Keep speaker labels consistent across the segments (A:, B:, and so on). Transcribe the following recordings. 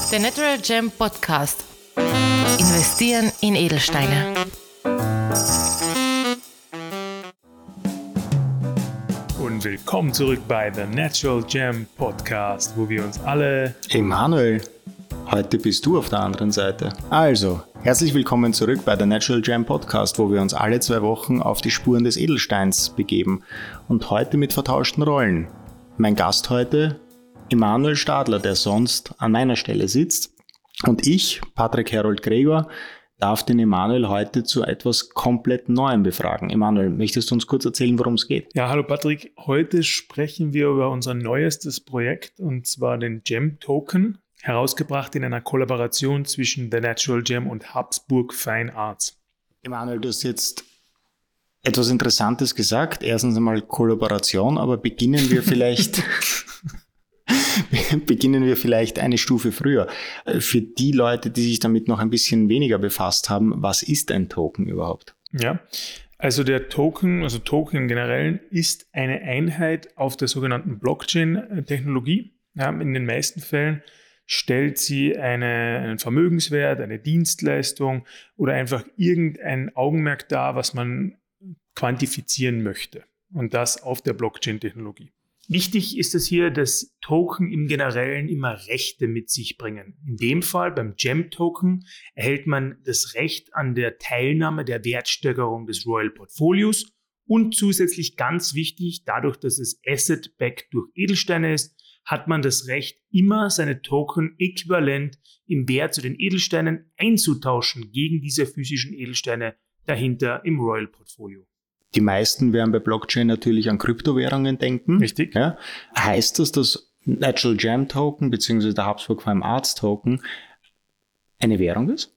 A: Der Natural Gem Podcast. Investieren in Edelsteine.
B: Und willkommen zurück bei The Natural Gem Podcast, wo wir uns alle...
C: Emanuel, heute bist du auf der anderen Seite. Also, herzlich willkommen zurück bei The Natural Gem Podcast, wo wir uns alle 2 Wochen auf die Spuren des Edelsteins begeben. Und heute mit vertauschten Rollen. Mein Gast heute, Emanuel Stadler, der sonst an meiner Stelle sitzt. Und ich, Patrick Herold Gregor, darf den Emanuel heute zu etwas komplett Neuem befragen. Emanuel, möchtest du uns kurz erzählen, worum es geht?
B: Ja, hallo Patrick. Heute sprechen wir über unser neuestes Projekt, und zwar den Gem Token, herausgebracht in einer Kollaboration zwischen The Natural Gem und Habsburg Fine Arts.
C: Emanuel, du hast jetzt etwas Interessantes gesagt. Erstens einmal Kollaboration, aber beginnen wir vielleicht eine Stufe früher. Für die Leute, die sich damit noch ein bisschen weniger befasst haben, was ist ein Token überhaupt?
B: Ja, also der Token, also Token im Generellen, ist eine Einheit auf der sogenannten Blockchain-Technologie. Ja, in den meisten Fällen stellt sie einen Vermögenswert, eine Dienstleistung oder einfach irgendein Augenmerk dar, was man quantifizieren möchte. Und das auf der Blockchain-Technologie. Wichtig ist es hier, dass Token im Generellen immer Rechte mit sich bringen. In dem Fall, beim Gem-Token, erhält man das Recht an der Teilnahme der Wertsteigerung des Royal Portfolios und zusätzlich ganz wichtig, dadurch, dass es Asset-backed durch Edelsteine ist, hat man das Recht, immer seine Token äquivalent im Wert zu den Edelsteinen einzutauschen gegen diese physischen Edelsteine dahinter im Royal Portfolio.
C: Die meisten werden bei Blockchain natürlich an Kryptowährungen denken.
B: Richtig.
C: Ja. Heißt das, dass Natural Gem Token bzw. der Habsburg Fine Arts Token eine Währung ist?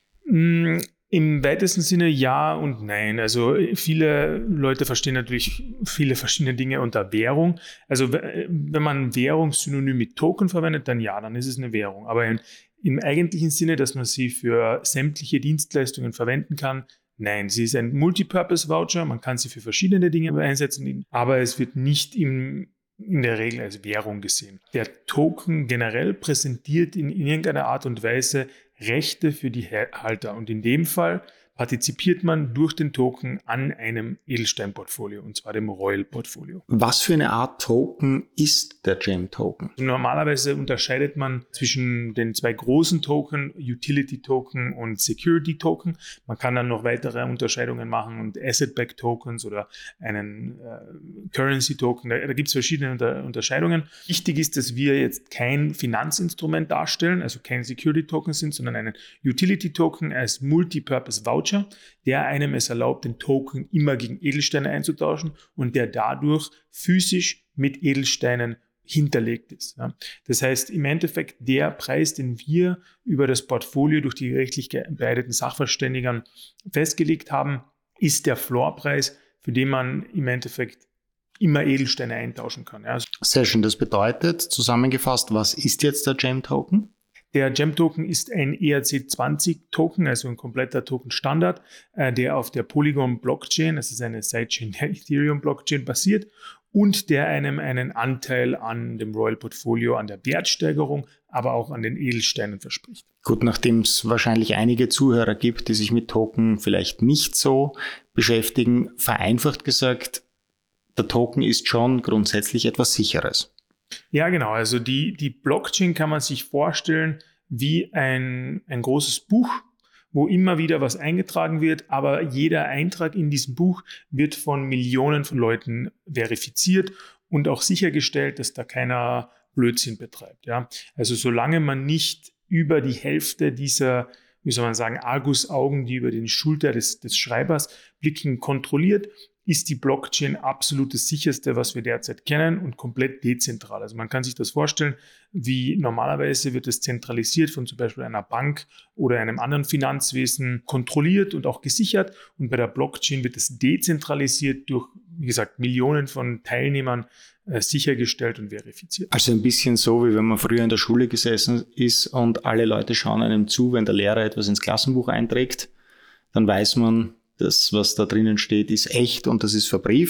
B: Im weitesten Sinne ja und nein. Also viele Leute verstehen natürlich viele verschiedene Dinge unter Währung. Also wenn man Währungssynonym mit Token verwendet, dann ja, dann ist es eine Währung. Aber im eigentlichen Sinne, dass man sie für sämtliche Dienstleistungen verwenden kann, nein, sie ist ein Multipurpose-Voucher, man kann sie für verschiedene Dinge einsetzen, aber es wird nicht in der Regel als Währung gesehen. Der Token generell präsentiert in irgendeiner Art und Weise Rechte für die Halter, und in dem Fall partizipiert man durch den Token an einem Edelstein-Portfolio, und zwar dem Royal-Portfolio.
C: Was für eine Art Token ist der Gem-Token?
B: Normalerweise unterscheidet man zwischen den 2 großen Token, Utility-Token und Security-Token. Man kann dann noch weitere Unterscheidungen machen und Asset-Backed Tokens oder einen Currency-Token. Da gibt es verschiedene Unterscheidungen. Wichtig ist, dass wir jetzt kein Finanzinstrument darstellen, also kein Security-Token sind, sondern einen Utility-Token als Multipurpose-Voucher, der einem es erlaubt, den Token immer gegen Edelsteine einzutauschen und der dadurch physisch mit Edelsteinen hinterlegt ist. Ja. Das heißt, im Endeffekt der Preis, den wir über das Portfolio durch die rechtlich beeideten Sachverständigen festgelegt haben, ist der Floorpreis, für den man im Endeffekt immer Edelsteine eintauschen kann. Ja.
C: Sehr schön. Das bedeutet, zusammengefasst, was ist jetzt der Gem-Token?
B: Der Gem-Token ist ein ERC20-Token, also ein kompletter Token-Standard, der auf der Polygon-Blockchain, das ist eine Sidechain der Ethereum-Blockchain, basiert und der einem einen Anteil an dem Royal Portfolio, an der Wertsteigerung, aber auch an den Edelsteinen verspricht.
C: Gut, nachdem es wahrscheinlich einige Zuhörer gibt, die sich mit Token vielleicht nicht so beschäftigen, vereinfacht gesagt, der Token ist schon grundsätzlich etwas Sicheres.
B: Ja, genau. Also die Blockchain kann man sich vorstellen wie ein großes Buch, wo immer wieder was eingetragen wird, aber jeder Eintrag in diesem Buch wird von Millionen von Leuten verifiziert und auch sichergestellt, dass da keiner Blödsinn betreibt. Ja? Also solange man nicht über die Hälfte dieser, wie soll man sagen, Argusaugen, die über den Schulter des Schreibers blicken, kontrolliert, ist die Blockchain absolut das sicherste, was wir derzeit kennen, und komplett dezentral. Also man kann sich das vorstellen, wie normalerweise wird es zentralisiert von zum Beispiel einer Bank oder einem anderen Finanzwesen kontrolliert und auch gesichert, und bei der Blockchain wird es dezentralisiert durch, wie gesagt, Millionen von Teilnehmern sichergestellt und verifiziert.
C: Also ein bisschen so, wie wenn man früher in der Schule gesessen ist und alle Leute schauen einem zu, wenn der Lehrer etwas ins Klassenbuch einträgt, dann weiß man, das, was da drinnen steht, ist echt und das ist verbrieft.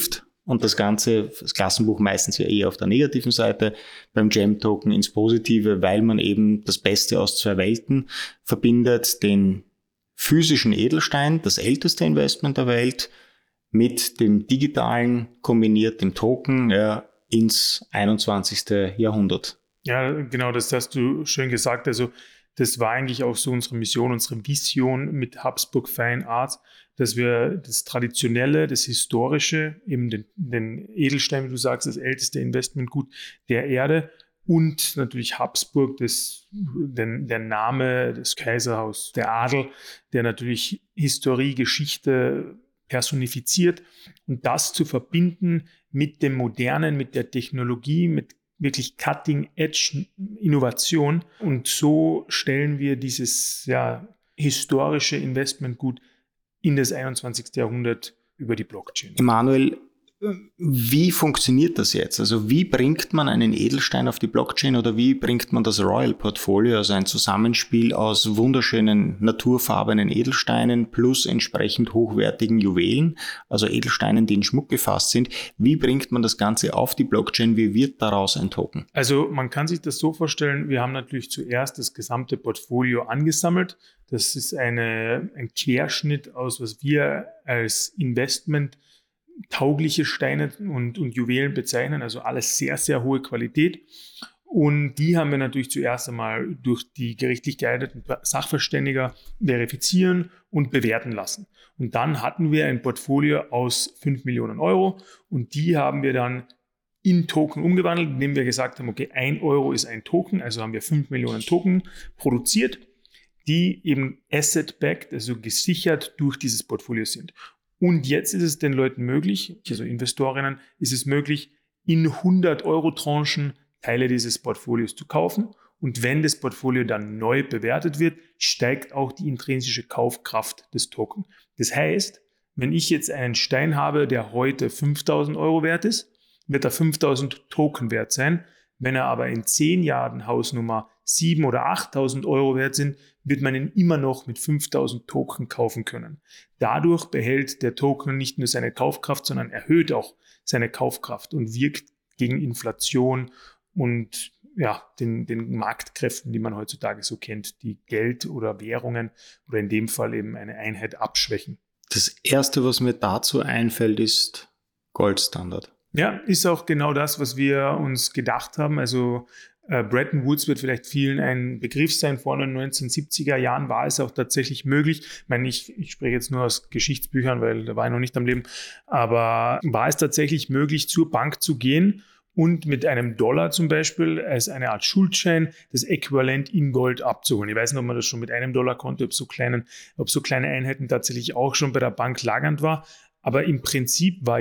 C: und das Klassenbuch meistens ja eher auf der negativen Seite, beim Gem-Token ins Positive, weil man eben das Beste aus zwei Welten verbindet, den physischen Edelstein, das älteste Investment der Welt, mit dem digitalen kombiniert, dem Token, ins 21. Jahrhundert.
B: Ja, genau, das hast du schön gesagt. Also das war eigentlich auch so unsere Mission, unsere Vision mit Habsburg Fine Arts, dass wir das Traditionelle, das Historische, eben den Edelstein, wie du sagst, das älteste Investmentgut der Erde und natürlich Habsburg, der Name des Kaiserhaus, der Adel, der natürlich Historie, Geschichte personifiziert und das zu verbinden mit dem Modernen, mit der Technologie, mit wirklich Cutting-Edge-Innovation. Und so stellen wir dieses historische Investmentgut in das 21. Jahrhundert über die Blockchain.
C: Emanuel, wie funktioniert das jetzt? Also wie bringt man einen Edelstein auf die Blockchain oder wie bringt man das Royal Portfolio, also ein Zusammenspiel aus wunderschönen naturfarbenen Edelsteinen plus entsprechend hochwertigen Juwelen, also Edelsteinen, die in Schmuck gefasst sind. Wie bringt man das Ganze auf die Blockchain? Wie wird daraus ein Token?
B: Also man kann sich das so vorstellen, wir haben natürlich zuerst das gesamte Portfolio angesammelt. Das ist ein Querschnitt aus, was wir als Investment taugliche Steine und Juwelen bezeichnen, also alles sehr, sehr hohe Qualität. Und die haben wir natürlich zuerst einmal durch die gerichtlich geeigneten Sachverständiger verifizieren und bewerten lassen. Und dann hatten wir ein Portfolio aus 5 Millionen Euro und die haben wir dann in Token umgewandelt, indem wir gesagt haben, okay, 1 Euro ist ein Token, also haben wir 5 Millionen Token produziert, die eben asset-backed, also gesichert durch dieses Portfolio sind. Und jetzt ist es den Leuten möglich, also Investorinnen, ist es möglich, in 100-Euro-Tranchen Teile dieses Portfolios zu kaufen. Und wenn das Portfolio dann neu bewertet wird, steigt auch die intrinsische Kaufkraft des Tokens. Das heißt, wenn ich jetzt einen Stein habe, der heute 5.000 Euro wert ist, wird er 5.000 Token wert sein. Wenn er aber in 10 Jahren Hausnummer 7.000 oder 8.000 Euro wert sind, wird man ihn immer noch mit 5.000 Token kaufen können. Dadurch behält der Token nicht nur seine Kaufkraft, sondern erhöht auch seine Kaufkraft und wirkt gegen Inflation und den Marktkräften, die man heutzutage so kennt, die Geld oder Währungen oder in dem Fall eben eine Einheit abschwächen.
C: Das Erste, was mir dazu einfällt, ist Goldstandard.
B: Ja, ist auch genau das, was wir uns gedacht haben. Also Bretton Woods wird vielleicht vielen ein Begriff sein. Vor den 1970er Jahren war es auch tatsächlich möglich. Ich meine, ich spreche jetzt nur aus Geschichtsbüchern, weil da war ich noch nicht am Leben. Aber war es tatsächlich möglich, zur Bank zu gehen und mit einem Dollar zum Beispiel als eine Art Schuldschein das Äquivalent in Gold abzuholen. Ich weiß nicht, ob man das schon mit einem Dollar konnte, ob so kleine Einheiten tatsächlich auch schon bei der Bank lagernd war. Aber im Prinzip war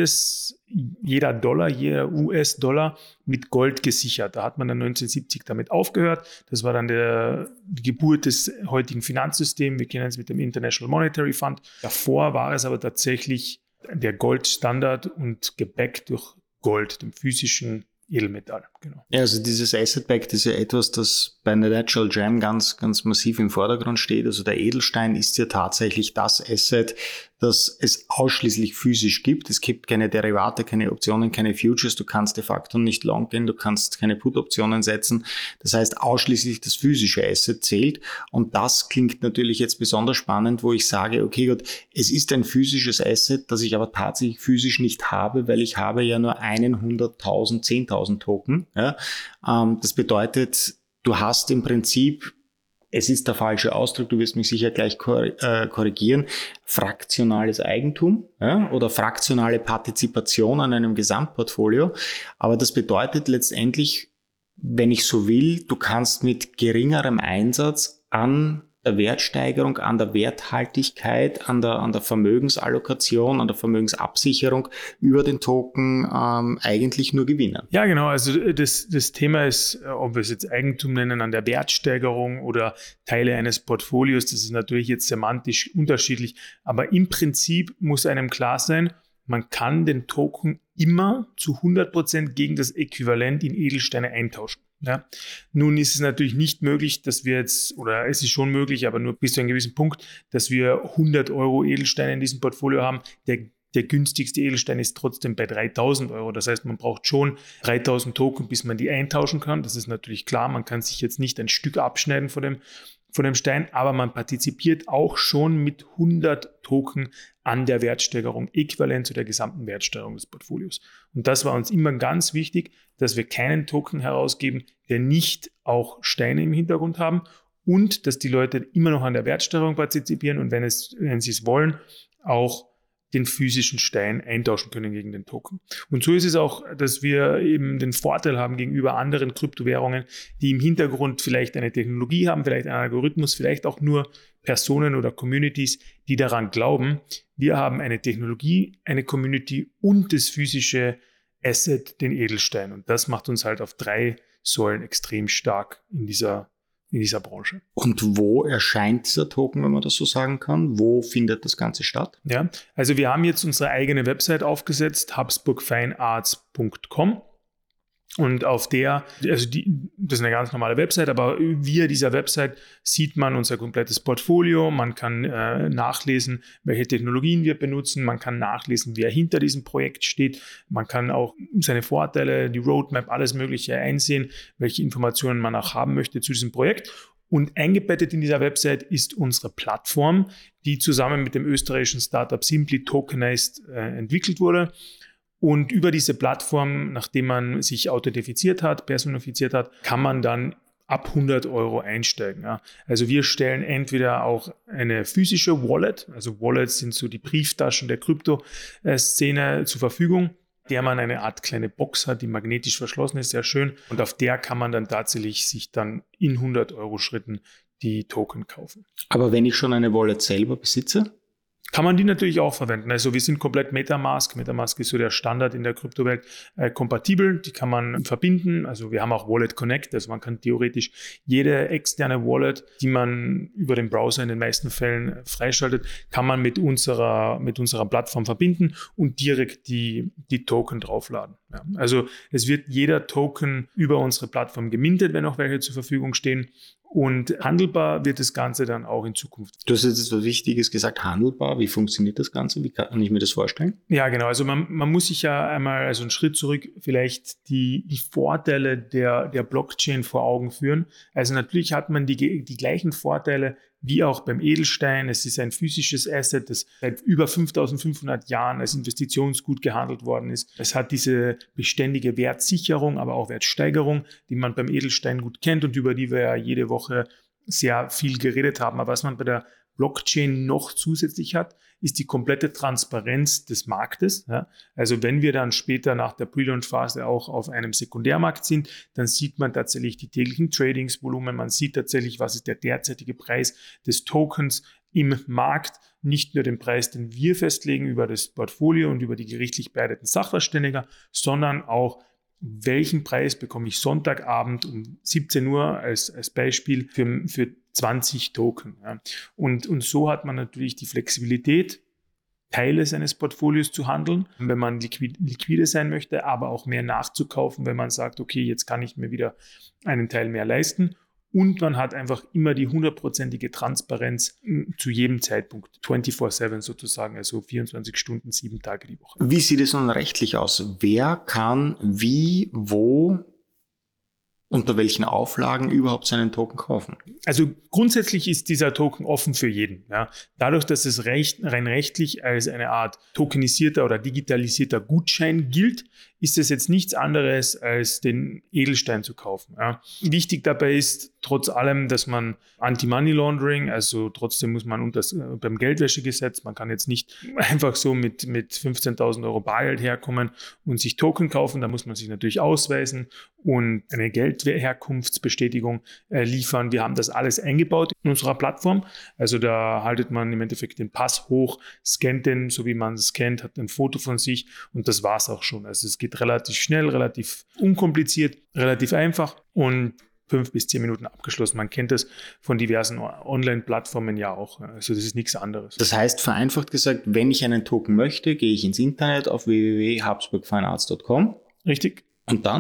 B: jeder Dollar, jeder US-Dollar mit Gold gesichert. Da hat man dann 1970 damit aufgehört. Das war dann die Geburt des heutigen Finanzsystems. Wir kennen es mit dem International Monetary Fund. Davor war es aber tatsächlich der Goldstandard und gebackt durch Gold, dem physischen Edelmetall. Genau.
C: Ja, also dieses Asset-Backed ist ja etwas, das bei der Natural Gem ganz, ganz massiv im Vordergrund steht. Also der Edelstein ist ja tatsächlich das Asset, das es ausschließlich physisch gibt. Es gibt keine Derivate, keine Optionen, keine Futures. Du kannst de facto nicht long gehen, du kannst keine Put-Optionen setzen. Das heißt, ausschließlich das physische Asset zählt. Und das klingt natürlich jetzt besonders spannend, wo ich sage, okay, gut, es ist ein physisches Asset, das ich aber tatsächlich physisch nicht habe, weil ich habe ja nur 100.000, 10.000 Token. Ja? Das bedeutet, du hast im Prinzip, es ist der falsche Ausdruck, du wirst mich sicher gleich korrigieren, fraktionales Eigentum, ja, oder fraktionale Partizipation an einem Gesamtportfolio. Aber das bedeutet letztendlich, wenn ich so will, du kannst mit geringerem Einsatz an der Wertsteigerung, an der Werthaltigkeit, an der Vermögensallokation, an der Vermögensabsicherung über den Token eigentlich nur gewinnen.
B: Ja, genau. Also das Thema ist, ob wir es jetzt Eigentum nennen, an der Wertsteigerung oder Teile eines Portfolios. Das ist natürlich jetzt semantisch unterschiedlich. Aber im Prinzip muss einem klar sein, man kann den Token immer zu 100% gegen das Äquivalent in Edelsteine eintauschen. Ja. Nun ist es natürlich nicht möglich, dass wir jetzt, oder es ist schon möglich, aber nur bis zu einem gewissen Punkt, dass wir 100 Euro Edelsteine in diesem Portfolio haben. der günstigste Edelstein ist trotzdem bei 3.000 Euro. Das heißt, man braucht schon 3.000 Token, bis man die eintauschen kann. Das ist natürlich klar, man kann sich jetzt nicht ein Stück abschneiden von dem Stein, aber man partizipiert auch schon mit 100 Token an der Wertsteigerung, äquivalent zu der gesamten Wertsteigerung des Portfolios. Und das war uns immer ganz wichtig, dass wir keinen Token herausgeben, der nicht auch Steine im Hintergrund haben und dass die Leute immer noch an der Wertsteigerung partizipieren und wenn sie es wollen, auch den physischen Stein eintauschen können gegen den Token. Und so ist es auch, dass wir eben den Vorteil haben gegenüber anderen Kryptowährungen, die im Hintergrund vielleicht eine Technologie haben, vielleicht einen Algorithmus, vielleicht auch nur Personen oder Communities, die daran glauben. Wir haben eine Technologie, eine Community und das physische Asset, den Edelstein. Und das macht uns halt auf 3 Säulen extrem stark in dieser Branche.
C: Und wo erscheint dieser Token, wenn man das so sagen kann? Wo findet das Ganze statt?
B: Ja, also wir haben jetzt unsere eigene Website aufgesetzt, habsburgfinearts.com. Und auf das ist eine ganz normale Website, aber via dieser Website sieht man unser komplettes Portfolio. Man kann nachlesen, welche Technologien wir benutzen. Man kann nachlesen, wer hinter diesem Projekt steht. Man kann auch seine Vorteile, die Roadmap, alles Mögliche einsehen, welche Informationen man auch haben möchte zu diesem Projekt. Und eingebettet in dieser Website ist unsere Plattform, die zusammen mit dem österreichischen Startup Simply Tokenized entwickelt wurde. Und über diese Plattform, nachdem man sich authentifiziert hat, personifiziert hat, kann man dann ab 100 Euro einsteigen. Ja. Also wir stellen entweder auch eine physische Wallet, also Wallets sind so die Brieftaschen der Krypto-Szene zur Verfügung, der man eine Art kleine Box hat, die magnetisch verschlossen ist, sehr schön. Und auf der kann man dann tatsächlich sich dann in 100 Euro Schritten die Token kaufen.
C: Aber wenn ich schon eine Wallet selber besitze?
B: Kann man die natürlich auch verwenden. Also wir sind komplett Metamask. Metamask ist so der Standard in der Kryptowelt kompatibel. Die kann man verbinden. Also wir haben auch Wallet Connect. Also man kann theoretisch jede externe Wallet, die man über den Browser in den meisten Fällen freischaltet, kann man mit unserer Plattform verbinden und direkt die Token draufladen. Ja. Also es wird jeder Token über unsere Plattform gemintet, wenn auch welche zur Verfügung stehen. Und handelbar wird das Ganze dann auch in Zukunft.
C: Du hast jetzt etwas Wichtiges gesagt, handelbar. Wie funktioniert das Ganze? Wie kann ich mir das vorstellen?
B: Ja, genau. Also man muss sich ja einmal, also einen Schritt zurück, vielleicht die Vorteile der Blockchain vor Augen führen. Also natürlich hat man die gleichen Vorteile wie auch beim Edelstein. Es ist ein physisches Asset, das seit über 5.500 Jahren als Investitionsgut gehandelt worden ist. Es hat diese beständige Wertsicherung, aber auch Wertsteigerung, die man beim Edelstein gut kennt und über die wir ja jede Woche sehr viel geredet haben. Aber was man bei der Blockchain noch zusätzlich hat, ist die komplette Transparenz des Marktes. Ja. Also wenn wir dann später nach der Pre-Launch-Phase auch auf einem Sekundärmarkt sind, dann sieht man tatsächlich die täglichen Tradingsvolumen, man sieht tatsächlich, was ist der derzeitige Preis des Tokens im Markt, nicht nur den Preis, den wir festlegen über das Portfolio und über die gerichtlich beeideten Sachverständiger, sondern auch welchen Preis bekomme ich Sonntagabend um 17 Uhr als Beispiel für 20 Token. Ja. Und so hat man natürlich die Flexibilität, Teile seines Portfolios zu handeln, wenn man liquide sein möchte, aber auch mehr nachzukaufen, wenn man sagt, okay, jetzt kann ich mir wieder einen Teil mehr leisten. Und man hat einfach immer die 100%ige Transparenz zu jedem Zeitpunkt, 24/7 sozusagen, also 24 Stunden, 7 Tage die Woche.
C: Wie sieht es nun rechtlich aus? Wer kann wie, wo, unter welchen Auflagen überhaupt seinen Token kaufen?
B: Also grundsätzlich ist dieser Token offen für jeden. Ja. Dadurch, dass es rein rechtlich als eine Art tokenisierter oder digitalisierter Gutschein gilt, ist es jetzt nichts anderes, als den Edelstein zu kaufen. Ja. Wichtig dabei ist trotz allem, dass man Anti-Money Laundering, also trotzdem muss man beim Geldwäschegesetz, man kann jetzt nicht einfach so mit 15.000 Euro Bargeld herkommen und sich Token kaufen, da muss man sich natürlich ausweisen und eine Geldherkunftsbestätigung liefern. Wir haben das alles eingebaut in unserer Plattform. Also da haltet man im Endeffekt den Pass hoch, scannt den, so wie man es kennt, hat ein Foto von sich und das war's auch schon. Also es geht relativ schnell, relativ unkompliziert, relativ einfach und 5 bis 10 Minuten abgeschlossen. Man kennt das von diversen Online-Plattformen ja auch. Also das ist nichts anderes.
C: Das heißt, vereinfacht gesagt, wenn ich einen Token möchte, gehe ich ins Internet auf www.habsburgfinearts.com.
B: Richtig.
C: Und dann?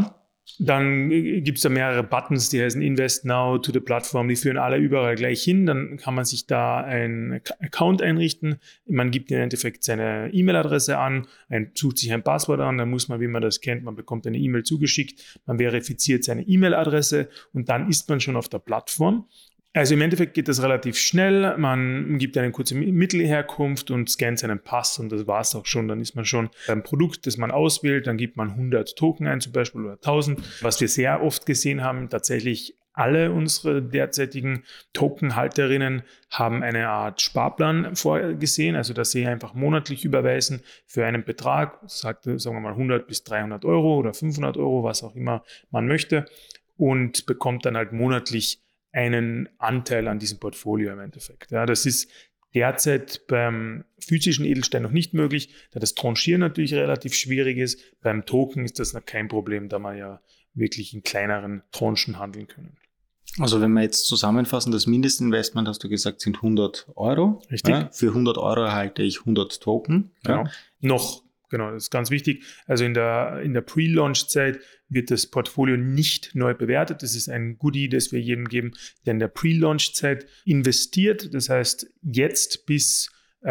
B: Dann gibt es da mehrere Buttons, die heißen Invest Now to the Plattform, die führen alle überall gleich hin. Dann kann man sich da einen Account einrichten. Man gibt im Endeffekt seine E-Mail-Adresse an, sucht sich ein Passwort an, dann muss man, wie man das kennt, man bekommt eine E-Mail zugeschickt, man verifiziert seine E-Mail-Adresse und dann ist man schon auf der Plattform. Also im Endeffekt geht das relativ schnell, man gibt eine kurze Mittelherkunft und scannt seinen Pass und das war es auch schon. Dann ist man schon beim Produkt, das man auswählt, dann gibt man 100 Token ein zum Beispiel oder 1000. Was wir sehr oft gesehen haben, tatsächlich alle unsere derzeitigen Tokenhalterinnen haben eine Art Sparplan vorgesehen, also dass sie einfach monatlich überweisen für einen Betrag, sagen wir mal 100 bis 300 Euro oder 500 Euro, was auch immer man möchte und bekommt dann halt monatlich einen Anteil an diesem Portfolio im Endeffekt. Ja, das ist derzeit beim physischen Edelstein noch nicht möglich, da das Tranchieren natürlich relativ schwierig ist. Beim Token ist das noch kein Problem, da man ja wirklich in kleineren Tranchen handeln können.
C: Also wenn wir jetzt zusammenfassen, das Mindestinvestment, hast du gesagt, sind 100 Euro.
B: Richtig.
C: Ja, für 100 Euro erhalte ich 100 Token.
B: Genau. Ja. Genau, das ist ganz wichtig. Also in der Pre-Launch-Zeit wird das Portfolio nicht neu bewertet. Das ist ein Goodie, das wir jedem geben, der in der Pre-Launch-Zeit investiert. Das heißt, jetzt bis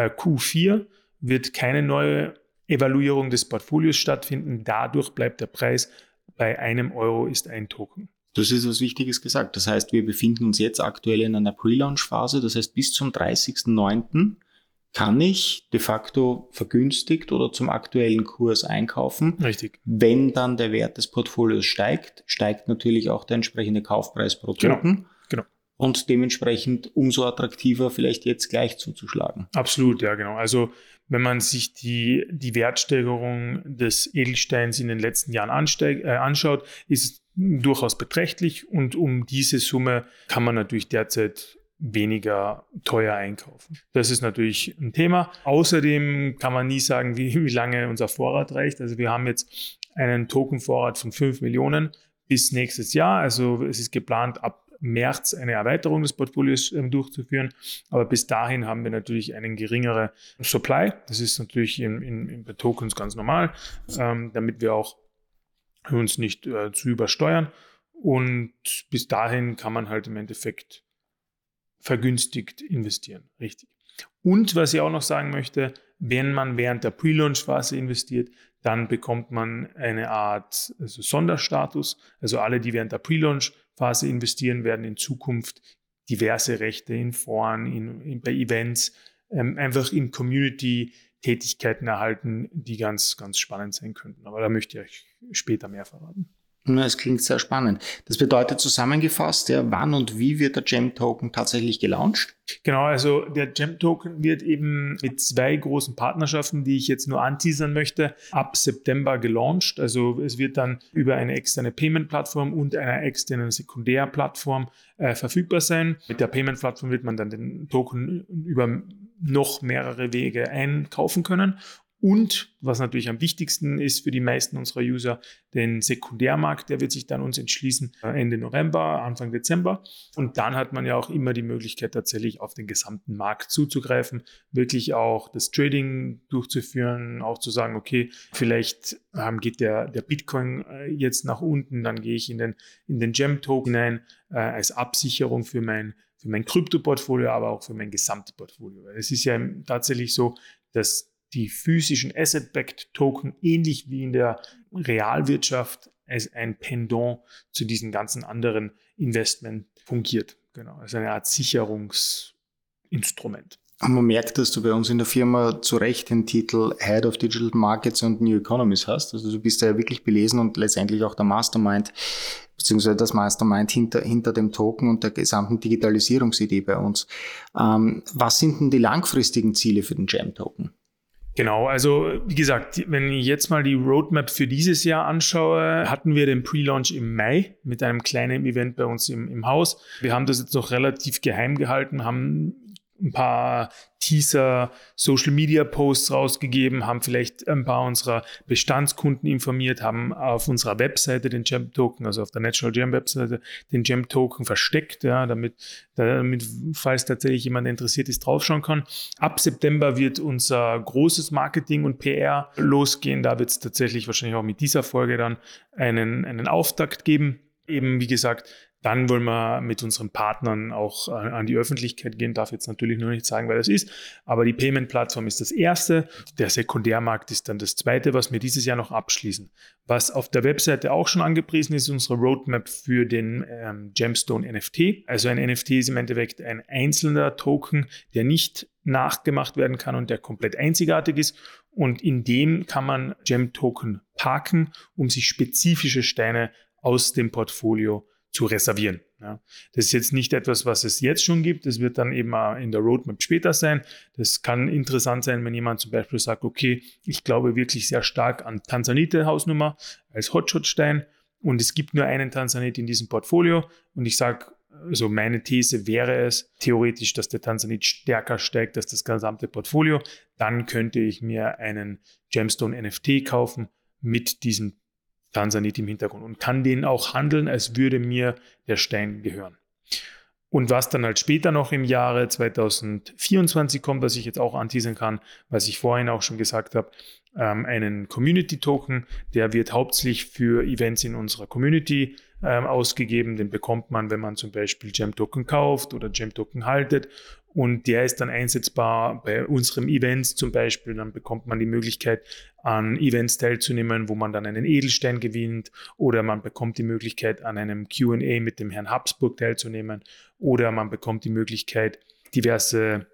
B: Q4 wird keine neue Evaluierung des Portfolios stattfinden. Dadurch bleibt der Preis bei 1 Euro ist ein Token.
C: Das ist was Wichtiges gesagt. Das heißt, wir befinden uns jetzt aktuell in einer Pre-Launch-Phase. Das heißt, bis zum 30.09. kann ich de facto vergünstigt oder zum aktuellen Kurs einkaufen.
B: Richtig.
C: Wenn dann der Wert des Portfolios steigt, steigt natürlich auch der entsprechende Kaufpreis pro Token.
B: Genau.
C: Und dementsprechend umso attraktiver vielleicht jetzt gleich zuzuschlagen.
B: Absolut, ja genau. Also wenn man sich die Wertsteigerung des Edelsteins in den letzten Jahren anschaut, ist es durchaus beträchtlich und um diese Summe kann man natürlich derzeit weniger teuer einkaufen. Das ist natürlich ein Thema. Außerdem kann man nie sagen, wie lange unser Vorrat reicht. Also wir haben jetzt einen Tokenvorrat von 5 Millionen bis nächstes Jahr. Also es ist geplant, ab März eine Erweiterung des Portfolios durchzuführen. Aber bis dahin haben wir natürlich einen geringeren Supply. Das ist natürlich bei Tokens ganz normal, damit wir auch uns nicht zu übersteuern. Und bis dahin kann man halt im Endeffekt vergünstigt investieren. Richtig. Und was ich auch noch sagen möchte, wenn man während der Pre-Launch-Phase investiert, dann bekommt man eine Art Sonderstatus. Also alle, die während der Pre-Launch-Phase investieren, werden in Zukunft diverse Rechte in Foren, bei Events, einfach in Community-Tätigkeiten erhalten, die ganz, ganz spannend sein könnten. Aber da möchte ich euch später mehr verraten.
C: Es klingt sehr spannend. Das bedeutet zusammengefasst, ja, wann und wie wird der Gem-Token tatsächlich gelauncht?
B: Genau, also der Gem-Token wird eben mit 2 großen Partnerschaften, die ich jetzt nur anteasern möchte, ab September gelauncht. Also es wird dann über eine externe Payment-Plattform und einer externen Sekundärplattform verfügbar sein. Mit der Payment-Plattform wird man dann den Token über noch mehrere Wege einkaufen können. Und was natürlich am wichtigsten ist für die meisten unserer User, den Sekundärmarkt, der wird sich dann uns entschließen Ende November, Anfang Dezember. Und dann hat man ja auch immer die Möglichkeit, tatsächlich auf den gesamten Markt zuzugreifen, wirklich auch das Trading durchzuführen, auch zu sagen, okay, vielleicht geht der Bitcoin jetzt nach unten, dann gehe ich in den Gem-Token hinein als Absicherung für mein Krypto-Portfolio, aber auch für mein Gesamtportfolio. Es ist ja tatsächlich so, dass die physischen Asset-Backed Token ähnlich wie in der Realwirtschaft als ein Pendant zu diesen ganzen anderen Investment fungiert. Genau, als eine Art Sicherungsinstrument.
C: Und man merkt, dass du bei uns in der Firma zu Recht den Titel Head of Digital Markets und New Economies hast. Also du bist ja wirklich belesen und letztendlich auch der Mastermind, beziehungsweise das Mastermind hinter dem Token und der gesamten Digitalisierungsidee bei uns. Was sind denn die langfristigen Ziele für den Gem-Token?
B: Genau, also wie gesagt, wenn ich jetzt mal die Roadmap für dieses Jahr anschaue, hatten wir den Pre-Launch im Mai mit einem kleinen Event bei uns im Haus. Wir haben das jetzt noch relativ geheim gehalten, haben ein paar Teaser, Social-Media-Posts rausgegeben, haben vielleicht ein paar unserer Bestandskunden informiert, haben auf unserer Webseite den GEM-Token, also auf der Natural Gem-Webseite, den GEM-Token versteckt, ja, damit, falls tatsächlich jemand interessiert ist, draufschauen kann. Ab September wird unser großes Marketing und PR losgehen. Da wird es tatsächlich wahrscheinlich auch mit dieser Folge dann einen Auftakt geben. Eben, wie gesagt, dann wollen wir mit unseren Partnern auch an die Öffentlichkeit gehen. Darf jetzt natürlich nur nicht sagen, wer das ist. Aber die Payment-Plattform ist das erste. Der Sekundärmarkt ist dann das zweite, was wir dieses Jahr noch abschließen. Was auf der Webseite auch schon angepriesen ist, unsere Roadmap für den Gemstone NFT. Also ein NFT ist im Endeffekt ein einzelner Token, der nicht nachgemacht werden kann und der komplett einzigartig ist. Und in dem kann man Gem-Token parken, um sich spezifische Steine aus dem Portfolio zu reservieren. Ja. Das ist jetzt nicht etwas, was es jetzt schon gibt. Das wird dann eben in der Roadmap später sein. Das kann interessant sein, wenn jemand zum Beispiel sagt, okay, ich glaube wirklich sehr stark an Tanzanite-Hausnummer als Hotshot-Stein und es gibt nur einen Tanzanite in diesem Portfolio und ich sage, also meine These wäre es theoretisch, dass der Tanzanit stärker steigt als das gesamte Portfolio. Dann könnte ich mir einen Gemstone NFT kaufen mit diesem Tanzanit im Hintergrund und kann den auch handeln, als würde mir der Stein gehören. Und was dann halt später noch im Jahre 2024 kommt, was ich jetzt auch anteasern kann, was ich vorhin auch schon gesagt habe, einen Community-Token, der wird hauptsächlich für Events in unserer Community ausgegeben. Den bekommt man, wenn man zum Beispiel Gem-Token kauft oder Gem-Token haltet. Und der ist dann einsetzbar bei unseren Events zum Beispiel. Dann bekommt man die Möglichkeit, an Events teilzunehmen, wo man dann einen Edelstein gewinnt. Oder man bekommt die Möglichkeit, an einem Q&A mit dem Herrn Habsburg teilzunehmen. Oder man bekommt die Möglichkeit, diverse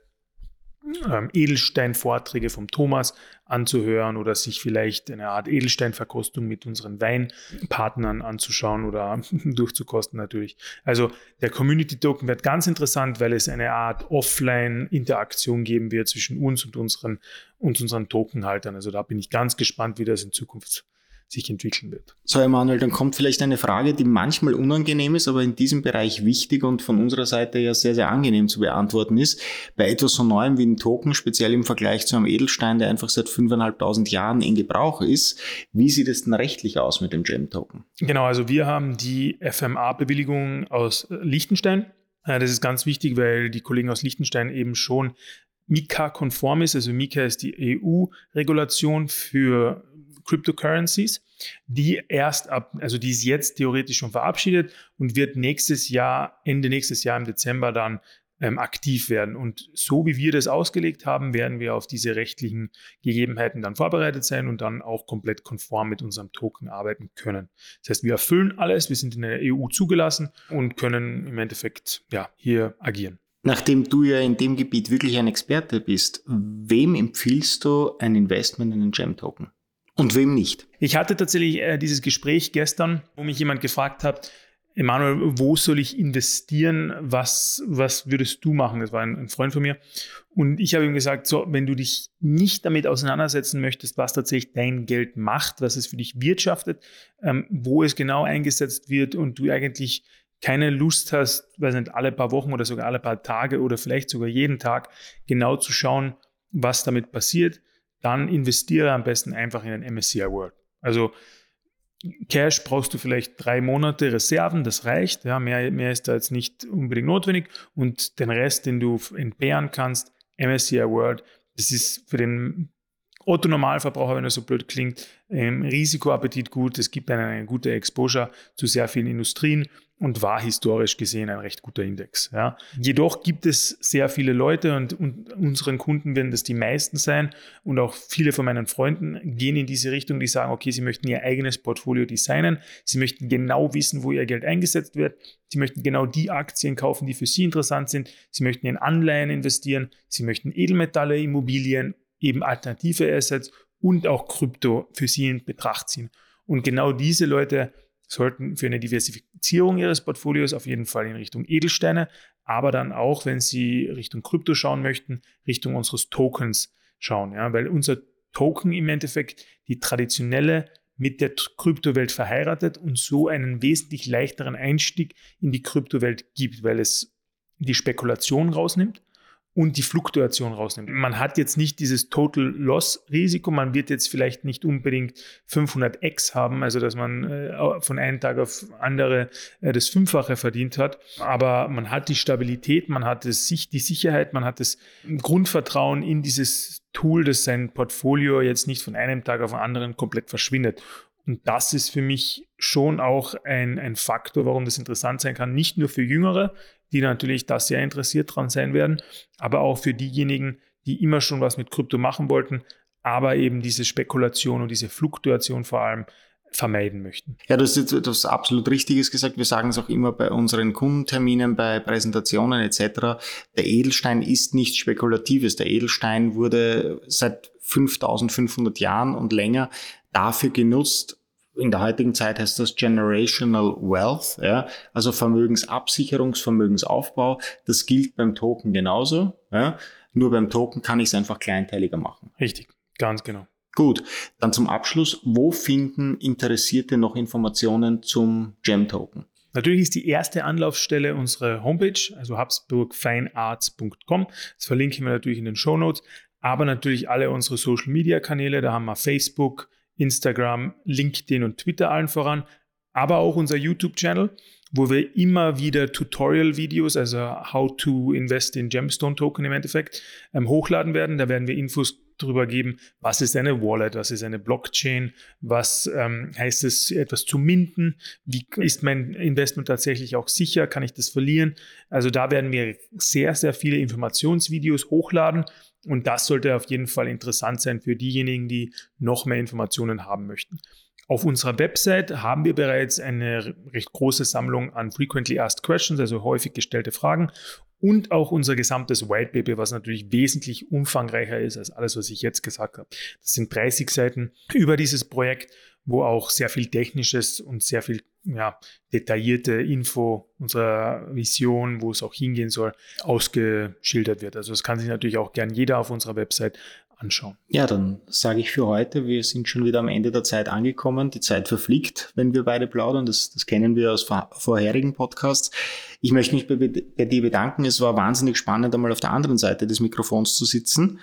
B: Edelstein-Vorträge vom Thomas anzuhören oder sich vielleicht eine Art Edelsteinverkostung mit unseren Weinpartnern anzuschauen oder durchzukosten natürlich. Also der Community-Token wird ganz interessant, weil es eine Art Offline-Interaktion geben wird zwischen uns und unseren Tokenhaltern. Also da bin ich ganz gespannt, wie das in Zukunft sich entwickeln wird.
C: So, Emanuel, dann kommt vielleicht eine Frage, die manchmal unangenehm ist, aber in diesem Bereich wichtig und von unserer Seite ja sehr, sehr angenehm zu beantworten ist. Bei etwas so Neuem wie ein Token, speziell im Vergleich zu einem Edelstein, der einfach seit 5.500 Jahren in Gebrauch ist, wie sieht es denn rechtlich aus mit dem Gem-Token?
B: Genau, also wir haben die FMA-Bewilligung aus Liechtenstein. Das ist ganz wichtig, weil die Kollegen aus Liechtenstein eben schon MiCA-konform ist. Also MiCA ist die EU-Regulation für Cryptocurrencies, die ist jetzt theoretisch schon verabschiedet und wird Ende nächstes Jahr im Dezember dann aktiv werden. Und so wie wir das ausgelegt haben, werden wir auf diese rechtlichen Gegebenheiten dann vorbereitet sein und dann auch komplett konform mit unserem Token arbeiten können. Das heißt, wir erfüllen alles, wir sind in der EU zugelassen und können im Endeffekt hier agieren.
C: Nachdem du ja in dem Gebiet wirklich ein Experte bist, wem empfiehlst du ein Investment in einen Gem-Token? Und wem nicht?
B: Ich hatte tatsächlich dieses Gespräch gestern, wo mich jemand gefragt hat, Emanuel, wo soll ich investieren? Was würdest du machen? Das war ein Freund von mir. Und ich habe ihm gesagt, so, wenn du dich nicht damit auseinandersetzen möchtest, was tatsächlich dein Geld macht, was es für dich wirtschaftet, wo es genau eingesetzt wird und du eigentlich keine Lust hast, weiß nicht, alle paar Wochen oder sogar alle paar Tage oder vielleicht sogar jeden Tag genau zu schauen, was damit passiert, dann investiere am besten einfach in den MSCI World. Also Cash brauchst du vielleicht 3 Monate Reserven, das reicht. Ja, mehr ist da jetzt nicht unbedingt notwendig. Und den Rest, den du entbehren kannst, MSCI World, das ist für den Otto-Normalverbraucher, wenn das so blöd klingt, Risikoappetit gut. Es gibt eine gute Exposure zu sehr vielen Industrien und war historisch gesehen ein recht guter Index. Ja. Jedoch gibt es sehr viele Leute und unseren Kunden werden das die meisten sein und auch viele von meinen Freunden gehen in diese Richtung, die sagen, okay, sie möchten ihr eigenes Portfolio designen, sie möchten genau wissen, wo ihr Geld eingesetzt wird, sie möchten genau die Aktien kaufen, die für sie interessant sind, sie möchten in Anleihen investieren, sie möchten Edelmetalle, Immobilien, eben alternative Assets und auch Krypto für sie in Betracht ziehen. Und genau diese Leute sollten für eine Diversifizierung ihres Portfolios auf jeden Fall in Richtung Edelsteine, aber dann auch, wenn sie Richtung Krypto schauen möchten, Richtung unseres Tokens schauen. Ja? Weil unser Token im Endeffekt die traditionelle mit der Kryptowelt verheiratet und so einen wesentlich leichteren Einstieg in die Kryptowelt gibt, weil es die Spekulation rausnimmt und die Fluktuation rausnimmt. Man hat jetzt nicht dieses Total Loss Risiko, man wird jetzt vielleicht nicht unbedingt 500x haben, also dass man von einem Tag auf andere das Fünffache verdient hat, aber man hat die Stabilität, man hat die Sicherheit, man hat das Grundvertrauen in dieses Tool, dass sein Portfolio jetzt nicht von einem Tag auf den anderen komplett verschwindet. Und das ist für mich schon auch ein Faktor, warum das interessant sein kann, nicht nur für Jüngere, die natürlich da sehr interessiert dran sein werden, aber auch für diejenigen, die immer schon was mit Krypto machen wollten, aber eben diese Spekulation und diese Fluktuation vor allem vermeiden möchten.
C: Ja, du hast jetzt etwas absolut Richtiges gesagt. Wir sagen es auch immer bei unseren Kundenterminen, bei Präsentationen etc. Der Edelstein ist nichts Spekulatives. Der Edelstein wurde seit 5500 Jahren und länger dafür genutzt. In der heutigen Zeit heißt das Generational Wealth, ja, also Vermögensabsicherung, Vermögensaufbau. Das gilt beim Token genauso. Ja. Nur beim Token kann ich es einfach kleinteiliger machen.
B: Richtig, ganz genau.
C: Gut, dann zum Abschluss. Wo finden Interessierte noch Informationen zum Gem-Token?
B: Natürlich ist die erste Anlaufstelle unsere Homepage, also habsburgfinearts.com. Das verlinken wir natürlich in den Shownotes, aber natürlich alle unsere Social-Media-Kanäle. Da haben wir Facebook, Instagram, LinkedIn und Twitter allen voran, aber auch unser YouTube-Channel, wo wir immer wieder Tutorial-Videos, also How to Invest in Gemstone Token im Endeffekt, hochladen werden. Da werden wir Infos darüber geben, was ist eine Wallet, was ist eine Blockchain, was heißt es, etwas zu minten, wie ist mein Investment tatsächlich auch sicher, kann ich das verlieren? Also da werden wir sehr, sehr viele Informationsvideos hochladen. Und das sollte auf jeden Fall interessant sein für diejenigen, die noch mehr Informationen haben möchten. Auf unserer Website haben wir bereits eine recht große Sammlung an Frequently Asked Questions, also häufig gestellte Fragen, und auch unser gesamtes White Paper, was natürlich wesentlich umfangreicher ist als alles, was ich jetzt gesagt habe. Das sind 30 Seiten über dieses Projekt, wo auch sehr viel Technisches und sehr viel detaillierte Info unserer Vision, wo es auch hingehen soll, ausgeschildert wird. Also das kann sich natürlich auch gern jeder auf unserer Website anschauen.
C: Ja, dann sage ich für heute, wir sind schon wieder am Ende der Zeit angekommen. Die Zeit verfliegt, wenn wir beide plaudern. Das kennen wir aus vorherigen Podcasts. Ich möchte mich bei dir bedanken. Es war wahnsinnig spannend, einmal auf der anderen Seite des Mikrofons zu sitzen.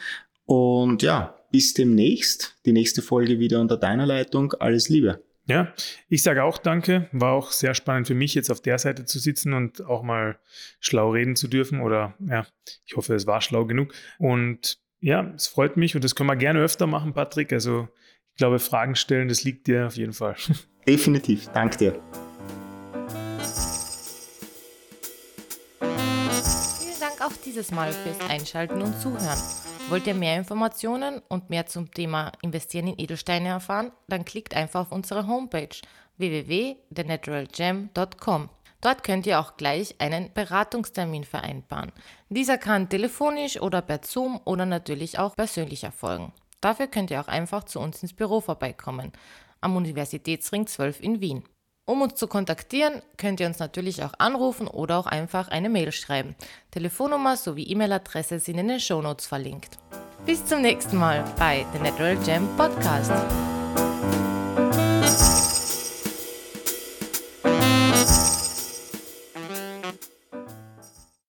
C: Und ja, bis demnächst. Die nächste Folge wieder unter deiner Leitung. Alles Liebe.
B: Ja, ich sage auch danke. War auch sehr spannend für mich, jetzt auf der Seite zu sitzen und auch mal schlau reden zu dürfen. Oder ja, ich hoffe, es war schlau genug. Und ja, es freut mich und das können wir gerne öfter machen, Patrick. Also ich glaube, Fragen stellen, das liegt dir auf jeden Fall.
C: Definitiv. Danke dir.
A: Vielen Dank auch dieses Mal fürs Einschalten und Zuhören. Wollt ihr mehr Informationen und mehr zum Thema Investieren in Edelsteine erfahren? Dann klickt einfach auf unsere Homepage www.thenaturalgem.com. Dort könnt ihr auch gleich einen Beratungstermin vereinbaren. Dieser kann telefonisch oder per Zoom oder natürlich auch persönlich erfolgen. Dafür könnt ihr auch einfach zu uns ins Büro vorbeikommen, am Universitätsring 12 in Wien. Um uns zu kontaktieren, könnt ihr uns natürlich auch anrufen oder auch einfach eine Mail schreiben. Telefonnummer sowie E-Mail-Adresse sind in den Shownotes verlinkt. Bis zum nächsten Mal bei The Natural Gem Podcast.